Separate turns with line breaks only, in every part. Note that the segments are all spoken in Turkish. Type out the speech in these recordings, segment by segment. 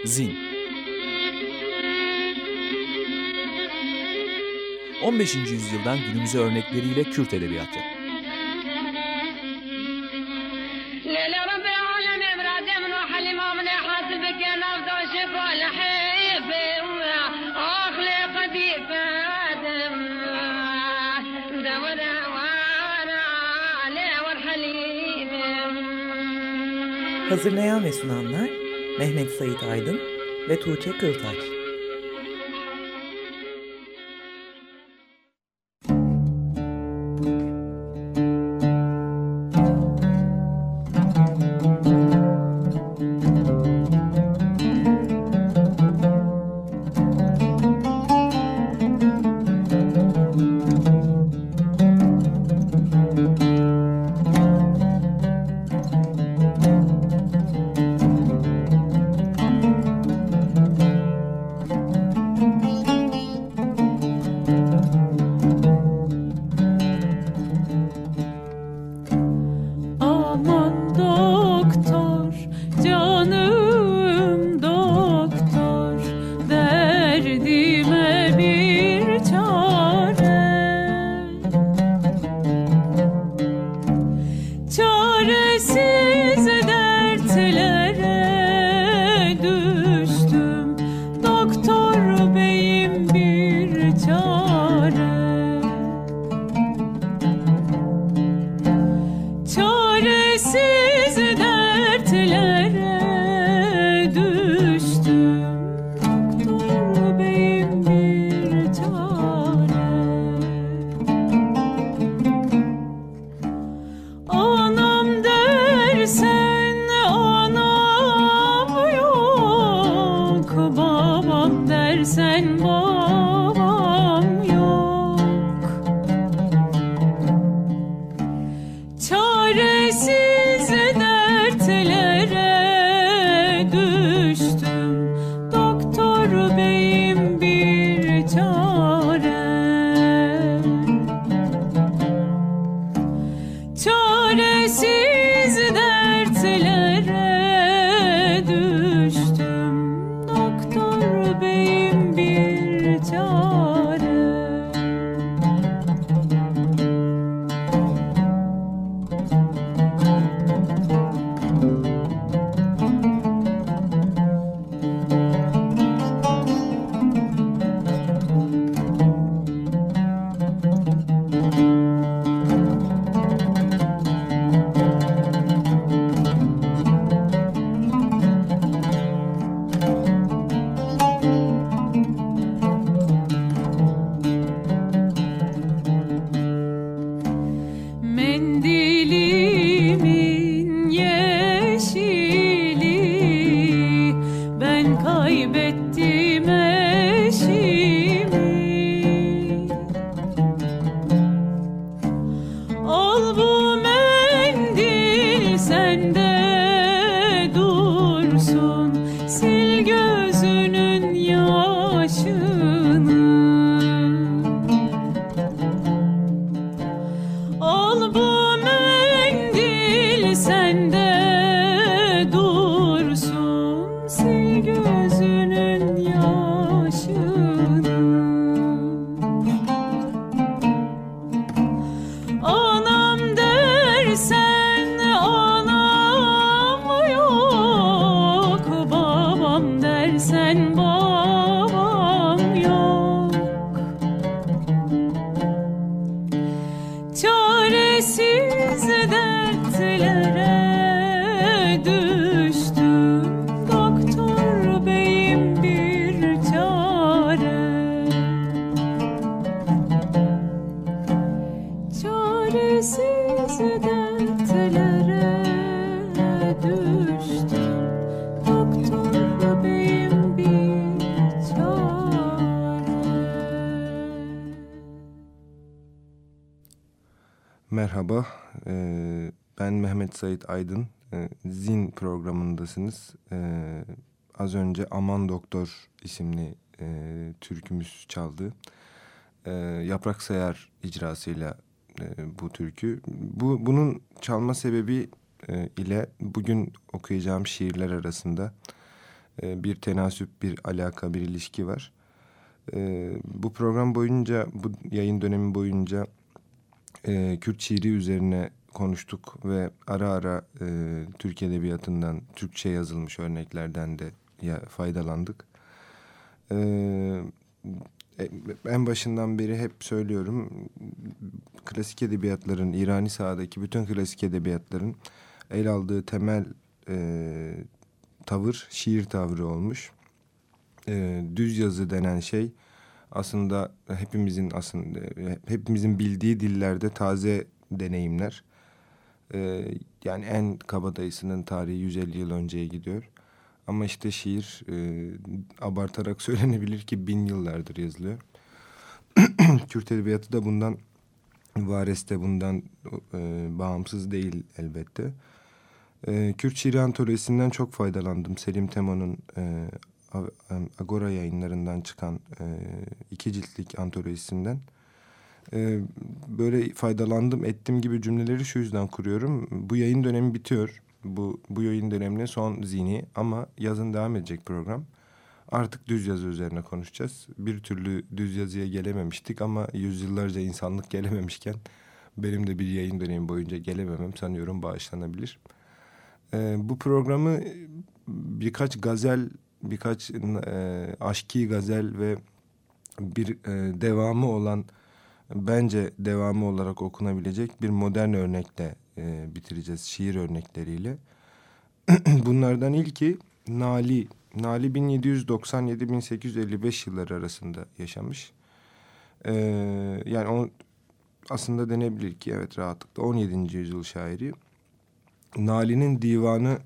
Zin 15. yüzyıldan günümüze örnekleriyle Kürt edebiyatı.
Hazırlayan ve sunanlar Mehmet Sait Aydın ve Tuğçe Kıltaç.
Merhaba, ben Mehmet Sait Aydın. Zin programındasınız. Az önce Aman Doktor isimli türkümüz çaldı. Yaprak Sayar icrasıyla bu türkü. Bunun çalma sebebi ile bugün okuyacağım şiirler arasında bir tenasüp, bir alaka, bir ilişki var. Bu program boyunca, bu yayın dönemi boyunca Kürt şiiri üzerine konuştuk ve ara ara Türk Edebiyatı'ndan Türkçe yazılmış örneklerden de faydalandık. En başından beri hep söylüyorum, klasik edebiyatların, İrani sahadaki bütün klasik edebiyatların el aldığı temel tavır şiir tavrı olmuş. Düz yazı denen şey aslında hepimizin bildiği dillerde taze deneyimler. Yani en kabadayısının tarihi 150 yıl önceye gidiyor. Ama işte şiir abartarak söylenebilir ki 1000 yıllardır yazılıyor. Kürt edebiyatı da bundan varis de bundan bağımsız değil elbette. Kürt şiiri antolojisinden çok faydalandım. Selim Temo'nun Agora yayınlarından çıkan 2 ciltlik antolojisinden. Böyle faydalandım ettim gibi cümleleri şu yüzden kuruyorum. Bu yayın dönemi bitiyor. Bu yayın dönemine son zini ama yazın devam edecek program. Artık düz yazı üzerine konuşacağız. Bir türlü düz yazıya gelememiştik ama yüzyıllarca insanlık gelememişken benim de bir yayın dönemi boyunca gelememem sanıyorum bağışlanabilir. Bu programı birkaç gazel, birkaç aşki gazel ve bir devamı olan, bence devamı olarak okunabilecek bir modern örnekle bitireceğiz, şiir örnekleriyle. Bunlardan ilki Nali. Nali 1797-1855 yılları arasında yaşamış. Yani o aslında denebilir ki evet rahatlıkla 17. yüzyıl şairi. Nali'nin divanı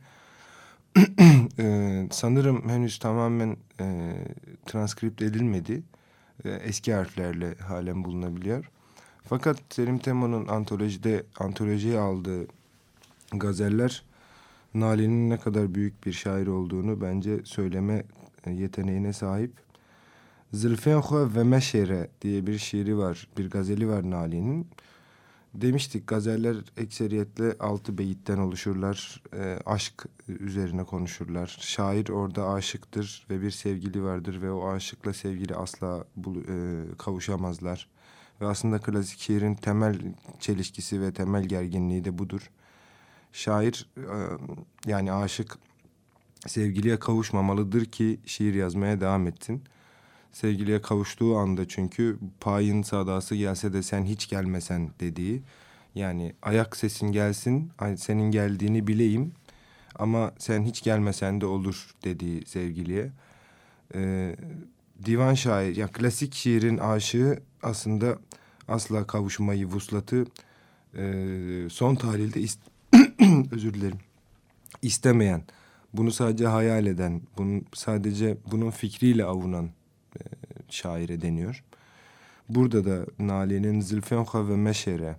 sanırım henüz tamamen transkript edilmedi. Eski harflerle halen bulunabiliyor. Fakat Selim Temo'nun antolojiye aldığı gazeller Nali'nin ne kadar büyük bir şair olduğunu bence söyleme yeteneğine sahip. Zülfenxo ve Meşere diye bir şiiri var, bir gazeli var Nali'nin. Demiştik gazeller ekseriyetle 6 beyitten oluşurlar, aşk üzerine konuşurlar. Şair orada aşıktır ve bir sevgili vardır ve o aşıkla sevgili asla kavuşamazlar. Ve aslında klasik şiirin temel çelişkisi ve temel gerginliği de budur. Şair yani aşık sevgiliye kavuşmamalıdır ki şiir yazmaya devam etsin. Sevgiliye kavuştuğu anda çünkü payın sadası gelse de sen hiç gelmesen dediği, yani ayak sesin gelsin senin geldiğini bileyim ama sen hiç gelmesen de olur dediği sevgiliye. Divan şair, yani klasik şiirin aşığı aslında asla kavuşmayı, vuslatı son tahlilde özür dilerim, istemeyen, bunu sadece hayal eden, bunun fikriyle avunan şaire deniyor. Burada da Nali'nin Zülfenxa ve Meşere,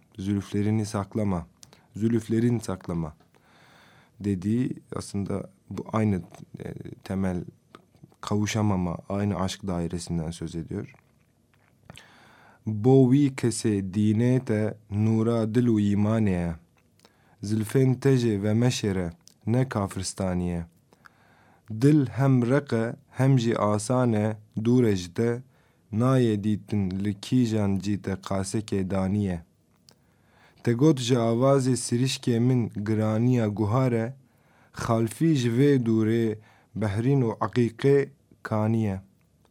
zülüflerin saklama dediği aslında bu aynı temel kavuşamama, aynı aşk dairesinden söz ediyor. Bovi kese dine te nura dil u imaniye, Zülfen tece ve meşere ne kafirstaniye. Dil hem reke hem jî asane durecde, naye dîtin li kîjan cîte kaseke daniye. Te got ji avazê sirîşkê min giraniya guhare, xalfî ji vê dûrê behrîn û eqîqê kaniye.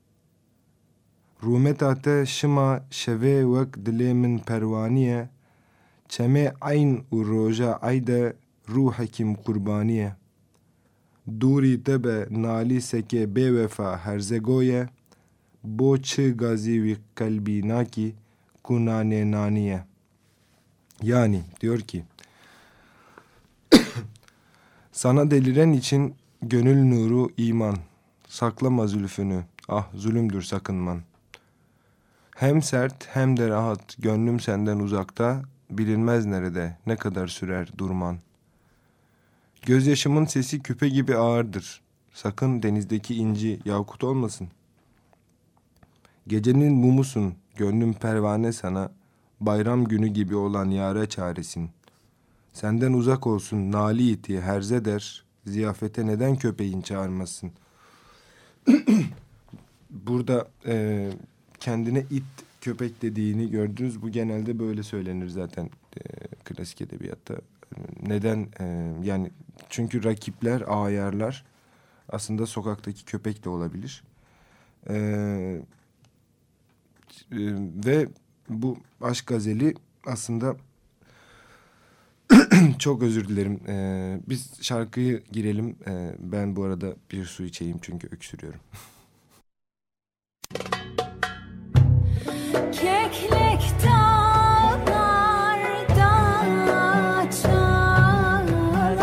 Rûmeta te şima şevê wek dilê min perwaniye, çemê eyn û roja eyde ruhekîm qurbaniye. Dûrî te be nalî sekê bêwefa herzegoye, bo çi gazî wî kalbî nakî ku nanê naniye. Yani diyor ki sana deliren için gönül nuru iman, saklama zülfünü, ah zulümdür sakınman. Hem sert hem de rahat gönlüm senden uzakta, bilinmez nerede ne kadar sürer durman. Gözyaşımın sesi küpe gibi ağırdır, sakın denizdeki inci yakut olmasın. Gecenin mumusun, gönlüm pervane sana, bayram günü gibi olan yâre çaresin. Senden uzak olsun nali iti herze der, ziyafete neden köpeğin çağırmasın. burada kendine it, köpek dediğini gördünüz. Bu genelde böyle söylenir zaten klasik edebiyatta. Neden? Yani çünkü rakipler, ayarlar aslında sokaktaki köpek de olabilir. Ve bu aşk gazeli aslında çok özür dilerim. Biz şarkıyı girelim. Ben bu arada bir su içeyim çünkü öksürüyorum.
Keklik dağlarda çalar,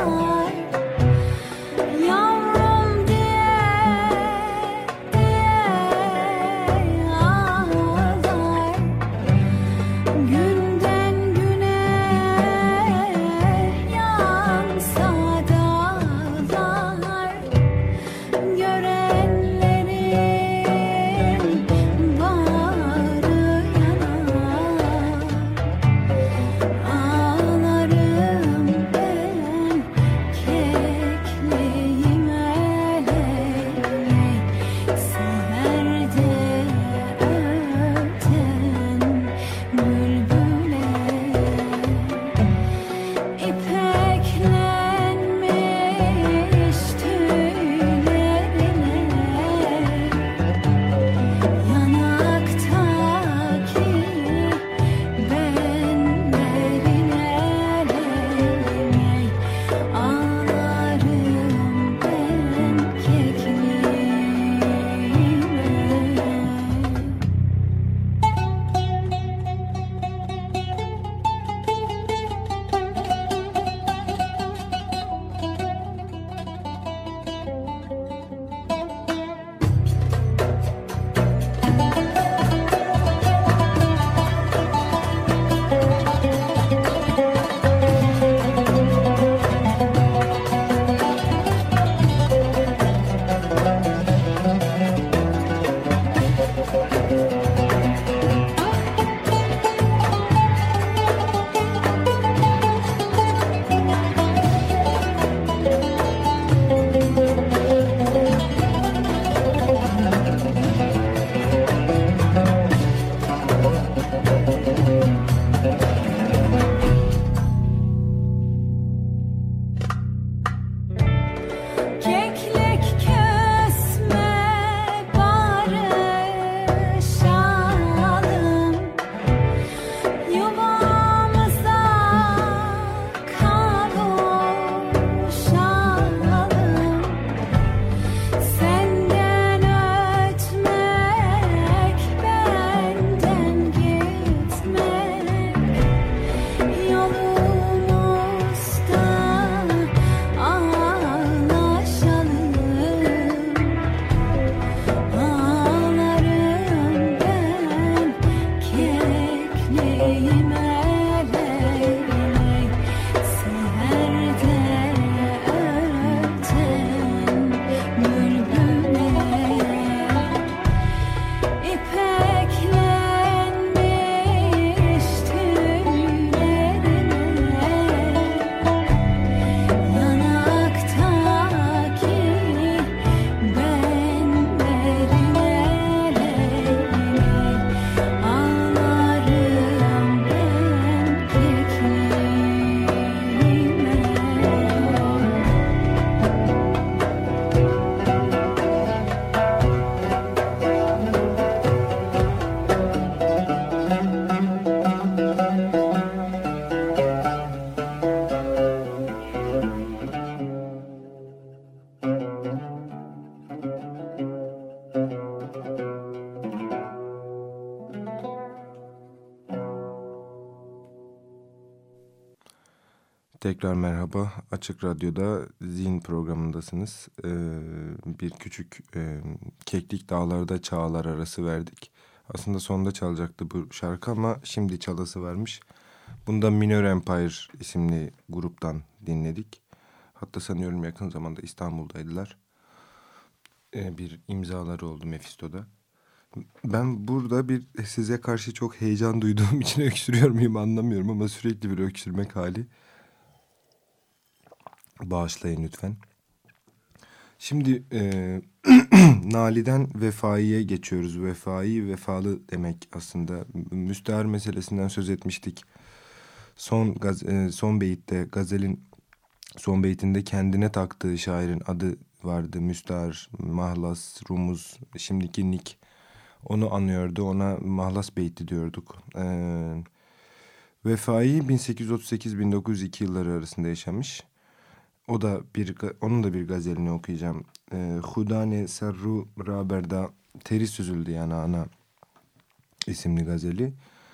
yavrum diye ağlar. Günden güne yansa dağlar, görenlerin bağrı yanar. Ağlarım ben kekliğim eley, seherde öten bülbüle. İpeklenmiş tüylerine, yanaktaki benlerin eley, ağlarım ben keklik kesme barışalım, yuvamıza kavuşalım. Senden ötmek, benden gitmek, yolumuzda ağlaşalım. Ağlarım ben kekliğim eley, seherde öten bülbüle. İpeklenmiş tüylerine, yanaktaki benlerin eley, ağlarım ben
Tekrar merhaba. Açık Radyo'da Zihin programındasınız. Bir küçük Keklik Dağlarda Çağlar arası verdik. Aslında sonda çalacaktı bu şarkı ama şimdi çalası varmış. Bunda Minor Empire isimli gruptan dinledik. Hatta sanıyorum yakın zamanda İstanbul'daydılar. Bir imzaları oldu Mephisto'da. Ben burada bir size karşı çok heyecan duyduğum için öksürüyor muyum anlamıyorum ama sürekli bir öksürmek hali. Bağışlayın lütfen. Şimdi Nali'den Vefai'ye geçiyoruz. Vefai, vefalı demek aslında. Müstehar meselesinden söz etmiştik. Son beyitte, gazelin son beytinde kendine taktığı şairin adı vardı. Müstehar, Mahlas, Rumuz, şimdiki Nik. Onu anıyordu. Ona Mahlas beyti diyorduk. Vefai 1838-1902 yılları arasında yaşamış. Onun da bir gazelini okuyacağım. Hudane serru raberda, teri süzüldü yani ana isimli gazeli.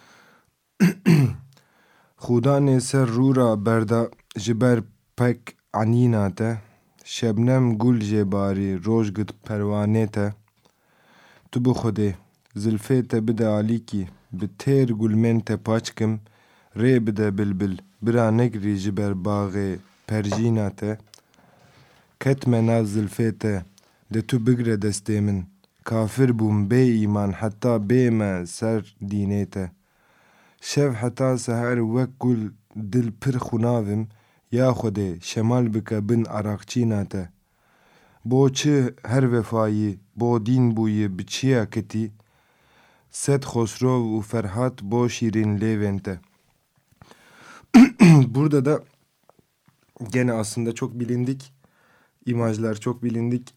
Hudane serru raberda jiber pek aninate, şebnem gul jebari rojgıt pervanete, tu bu khode zülfete bide aliki bi ter gulmente paçkım re bide bilbil bira negri jiber bağı perjinate, ketmena zülfete de tu bigre destemin kafir bum be iman hatta beme ser dinete, şev hatta seher vek gul dil pir xunavim ya xode şemal bike bin arakçinate, bo çı her vefayı bo din buyu biçiya keti, set Xosrov u Ferhat bo şirin levente. Burada da gene aslında çok bilindik imajlar, çok bilindik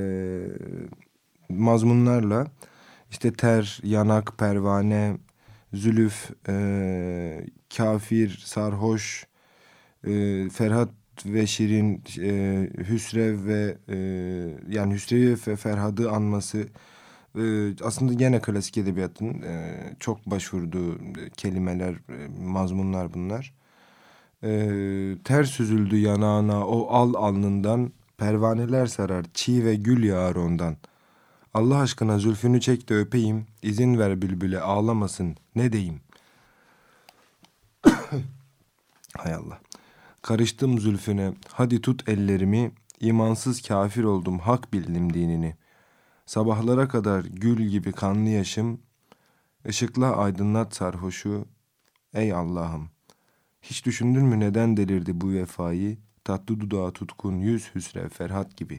mazmunlarla işte ter, yanak, pervane, zülüf, kafir, sarhoş, Ferhat ve Şirin, Hüsrev ve yani Hüsrev'i ve Ferhat'ı anması aslında gene klasik edebiyatın çok başvurduğu kelimeler, mazmunlar bunlar. Ter süzüldü yanağına o al alnından, pervaneler sarar çiğ ve gül yağar ondan. Allah aşkına zülfünü çek de öpeyim, izin ver bülbüle ağlamasın, ne diyeyim? Hay Allah. Karıştım zülfüne, hadi tut ellerimi, imansız kafir oldum, hak bildim dinini. Sabahlara kadar gül gibi kanlı yaşım, ışıkla aydınlat sarhoşu, ey Allah'ım. Hiç düşündün mü neden delirdi bu vefayı, tatlı dudağı tutkun yüz Hüsrev Ferhat gibi.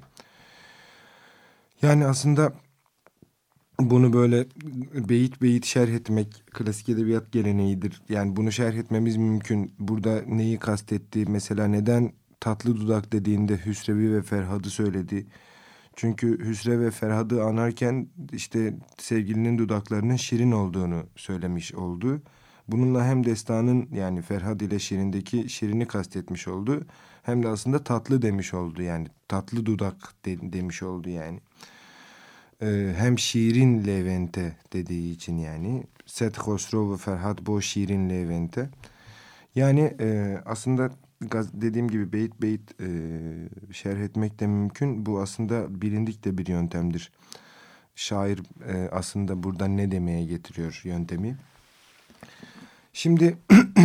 Yani aslında bunu böyle beyit beyit şerh etmek klasik edebiyat geleneğidir. Yani bunu şerh etmemiz mümkün. Burada neyi kastetti? Mesela neden tatlı dudak dediğinde Hüsrev'i ve Ferhat'ı söyledi? Çünkü Hüsrev ve Ferhat'ı anarken işte sevgilinin dudaklarının şirin olduğunu söylemiş oldu. Bununla hem destanın yani Ferhat ile Şirin'deki şirini kastetmiş oldu. Hem de aslında tatlı demiş oldu yani tatlı dudak demiş oldu yani. Hem şirin Levente dediği için yani. Set Xosrov ve Ferhat bo şirin Levente. Yani aslında dediğim gibi beyit beyit şerh etmek de mümkün. Bu aslında bilindik de bir yöntemdir. Şair aslında burada ne demeye getiriyor yöntemi. Şimdi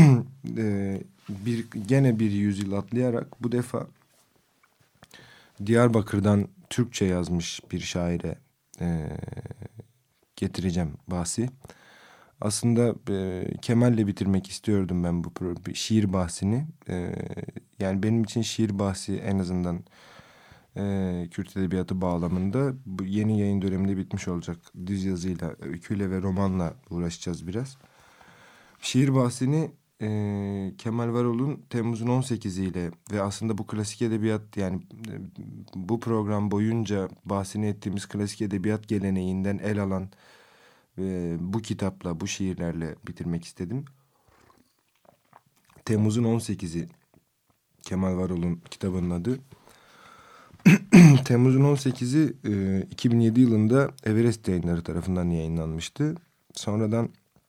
gene bir yüzyıl atlayarak bu defa Diyarbakır'dan Türkçe yazmış bir şaire getireceğim bahsi. Aslında Kemal'le bitirmek istiyordum ben bu şiir bahsini. Yani benim için şiir bahsi en azından Kürt edebiyatı bağlamında bu yeni yayın döneminde bitmiş olacak. Düz yazıyla, öyküyle ve romanla uğraşacağız biraz. Şiir bahsini Kemal Varol'un Temmuz'un 18'iyle ve aslında bu klasik edebiyat yani bu program boyunca bahsini ettiğimiz klasik edebiyat geleneğinden el alan bu kitapla, bu şiirlerle bitirmek istedim. Temmuz'un 18'i Kemal Varol'un kitabının adı. Temmuz'un 18'i 2007 yılında Everest Yayınları tarafından yayınlanmıştı. Sonradan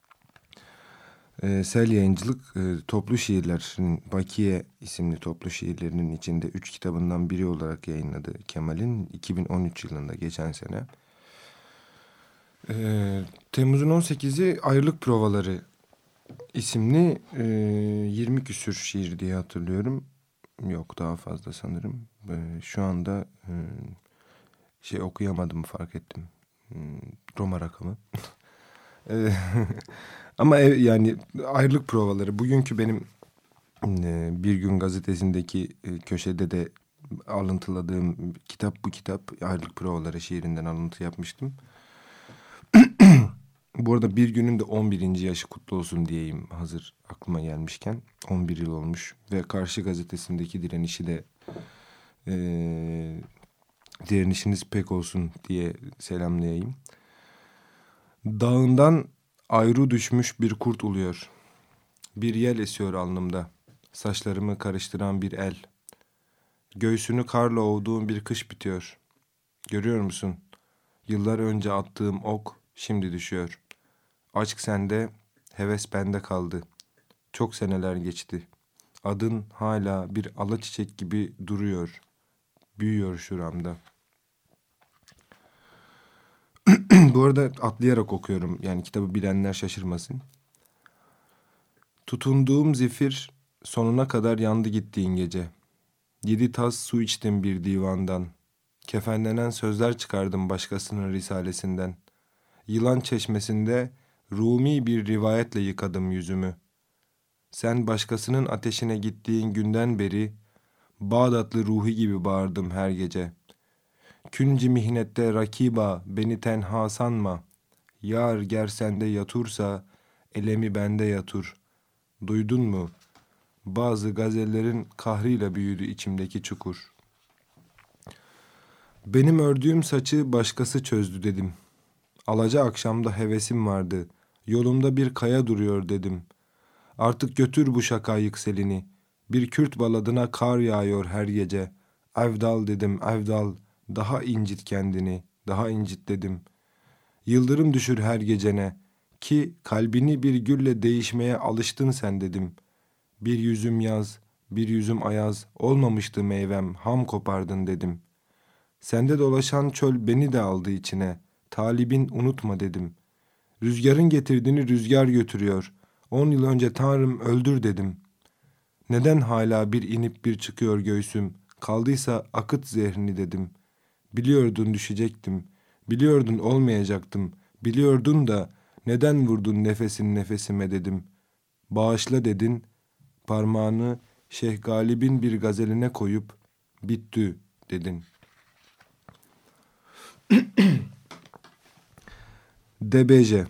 Sel Yayıncılık toplu şiirlerin Bakiye isimli toplu şiirlerinin içinde 3 kitabından biri olarak yayınladı Kemal'in 2013 yılında geçen sene. Temmuz'un 18'i Ayrılık Provaları isimli 20 küsür şiir diye hatırlıyorum. Yok daha fazla sanırım. Şu anda okuyamadım fark ettim. Roma rakamı. Ama yani ayrılık provaları bugünkü benim Bir Gün gazetesindeki köşede de alıntıladığım kitap bu kitap. Ayrılık Provaları şiirinden alıntı yapmıştım. Bu arada bir günün de 11. yaşı kutlu olsun diyeyim hazır aklıma gelmişken. 11 yıl olmuş ve Karşı Gazetesi'ndeki direnişi de direnişiniz pek olsun diye selamlayayım. Dağından ayrı düşmüş bir kurt uluyor. Bir yel esiyor alnımda. Saçlarımı karıştıran bir el. Göğsünü karla ovduğum bir kış bitiyor. Görüyor musun? Yıllar önce attığım ok şimdi düşüyor. Aşk sende, heves bende kaldı. Çok seneler geçti. Adın hala bir alaçiçek gibi duruyor. Büyüyor şuramda. Bu arada atlayarak okuyorum. Yani kitabı bilenler şaşırmasın. Tutunduğum zifir sonuna kadar yandı gittiğin gece. 7 tas su içtim bir divandan. Kefenlenen sözler çıkardım başkasının risalesinden. Yılan çeşmesinde Rumi bir rivayetle yıkadım yüzümü. Sen başkasının ateşine gittiğin günden beri Bağdatlı Ruhi gibi bağırdım her gece. Künci mihnette rakiba beni tenha sanma. Yar ger sende yatursa elemi bende yatur. Duydun mu? Bazı gazellerin kahrıyla büyüdü içimdeki çukur. Benim ördüğüm saçı başkası çözdü dedim. Alaca akşamda hevesim vardı. Yolumda bir kaya duruyor dedim. Artık götür bu şaka yükselini. Bir Kürt baladına kar yağıyor her gece. Evdal dedim evdal. Daha incit kendini. Daha incit dedim. Yıldırım düşür her gecene. Ki kalbini bir gülle değişmeye alıştın sen dedim. Bir yüzüm yaz, bir yüzüm ayaz. Olmamıştı meyvem, ham kopardın dedim. Sende dolaşan çöl beni de aldı içine. Talibin unutma dedim. Rüzgarın getirdiğini rüzgar götürüyor. 10 yıl önce Tanrım öldür dedim. Neden hala bir inip bir çıkıyor göğsüm? Kaldıysa akıt zehrini dedim. Biliyordun düşecektim. Biliyordun olmayacaktım. Biliyordun da neden vurdun nefesin nefesime dedim. Bağışla dedin. Parmağını Şeyh Galip'in bir gazeline koyup bitti dedin. DBJ.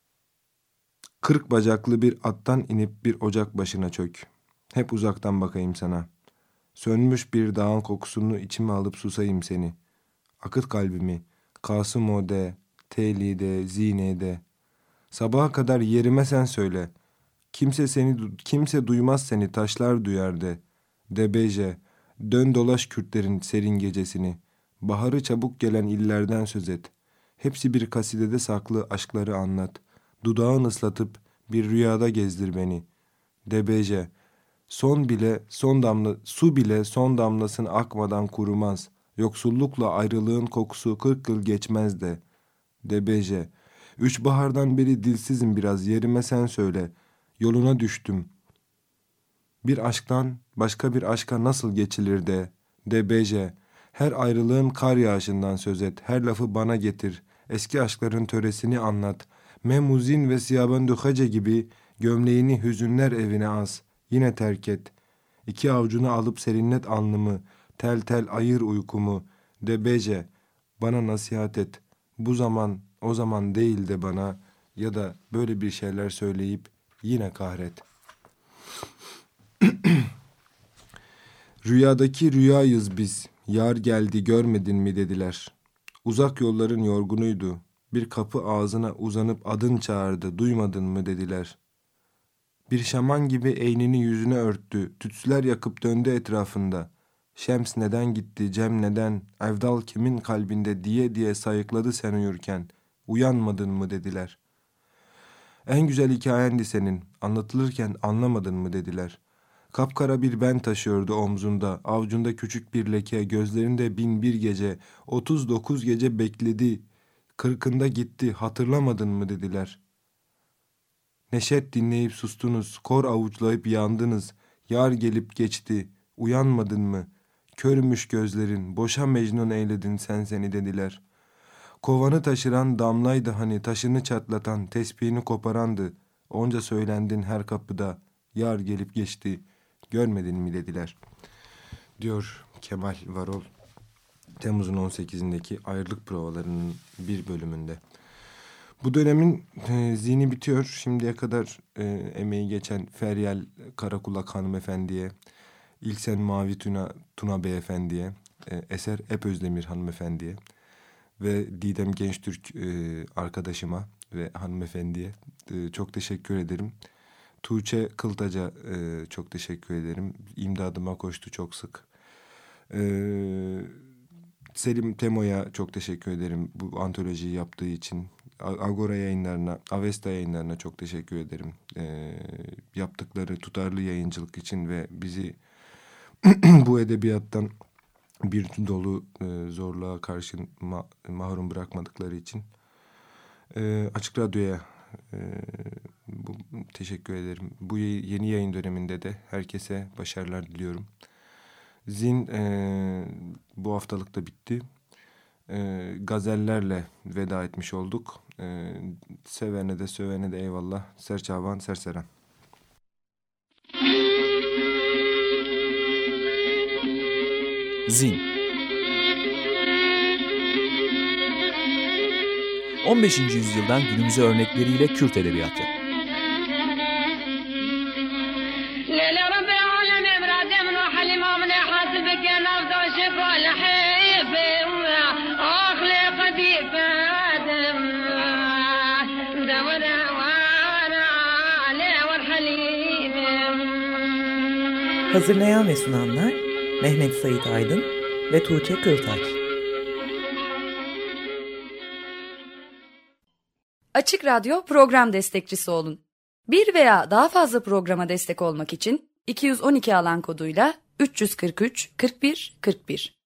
40 bacaklı bir attan inip bir ocak başına çök. Hep uzaktan bakayım sana. Sönmüş bir dağın kokusunu içime alıp susayım seni. Akıt kalbimi. Kasımo'de, Teli'de, Zine'de. Sabaha kadar yerime sen söyle. Kimse duymaz seni, taşlar duyar de. DBJ. Dön dolaş Kürtlerin serin gecesini. Baharı çabuk gelen illerden söz et. Hepsi bir kasidede saklı aşkları anlat. Dudağın ıslatıp bir rüyada gezdir beni. DBJ. Su bile son damlasını akmadan kurumaz. Yoksullukla ayrılığın kokusu 40 yıl geçmez de. DBJ. 3 bahardan beri dilsizim biraz, yerime sen söyle. Yoluna düştüm. Bir aşktan başka bir aşka nasıl geçilir de. DBJ. Her ayrılığın kar yağışından söz et. Her lafı bana getir. Eski aşkların töresini anlat. Memuzin ve Siyaban Duhace gibi gömleğini hüzünler evine az. Yine terk et. 2 avucunu alıp serinlet alnımı. Tel tel ayır uykumu. DBJ. Bana nasihat et. Bu zaman o zaman değil de bana ya da böyle bir şeyler söyleyip yine kahret. Rüyadaki rüyayız biz. Yar geldi görmedin mi dediler. Uzak yolların yorgunuydu. Bir kapı ağzına uzanıp adın çağırdı. Duymadın mı dediler. Bir şaman gibi eynini yüzüne örttü. Tütsüler yakıp döndü etrafında. Şems neden gitti, Cem neden, Evdal kimin kalbinde diye diye sayıkladı sen uyurken. Uyanmadın mı dediler. En güzel hikayendi senin. Anlatılırken anlamadın mı dediler. Kapkara bir ben taşıyordu omzunda. Avcunda küçük bir leke. Gözlerinde 1001 gece. 39 gece bekledi. 40'ında gitti. Hatırlamadın mı dediler. Neşet dinleyip sustunuz. Kor avuçlayıp yandınız. Yar gelip geçti. Uyanmadın mı? Körmüş gözlerin. Boşa Mecnun eyledin sen seni dediler. Kovanı taşıran damlaydı hani, taşını çatlatan, tespihini koparandı. Onca söylendin her kapıda. Yar gelip geçti. Görmedin mi dediler. Diyor Kemal Varol Temmuz'un 18'indeki ayrılık provalarının bir bölümünde. Bu dönemin zihni bitiyor. Şimdiye kadar emeği geçen Feryal Karakulak hanımefendiye, İlsen Mavi Tuna beyefendiye, Eser Epözdemir hanımefendiye ve Didem Gençtürk arkadaşıma ve hanımefendiye çok teşekkür ederim. Tuğçe Kıltaca çok teşekkür ederim. İmdadıma koştu çok sık. Selim Temo'ya çok teşekkür ederim bu antolojiyi yaptığı için. Agora yayınlarına, Avesta yayınlarına çok teşekkür ederim. Yaptıkları tutarlı yayıncılık için ve bizi bu edebiyattan bir dolu zorluğa karşı mahrum bırakmadıkları için. Açık Radyo'ya teşekkür ederim. Bu yeni yayın döneminde de herkese başarılar diliyorum. Zin bu haftalık da bitti. Gazellerle veda etmiş olduk. Sevene de sövene de eyvallah. Serçavan Serseren.
Zin 15. yüzyıldan günümüze örnekleriyle Kürt edebiyatı.
Hazırlayan ve sunanlar Mehmet Sait Aydın ve Tuğçe Kıltaç.
Açık Radyo program destekçisi olun. Bir veya daha fazla programa destek olmak için 212 alan koduyla 343 41 41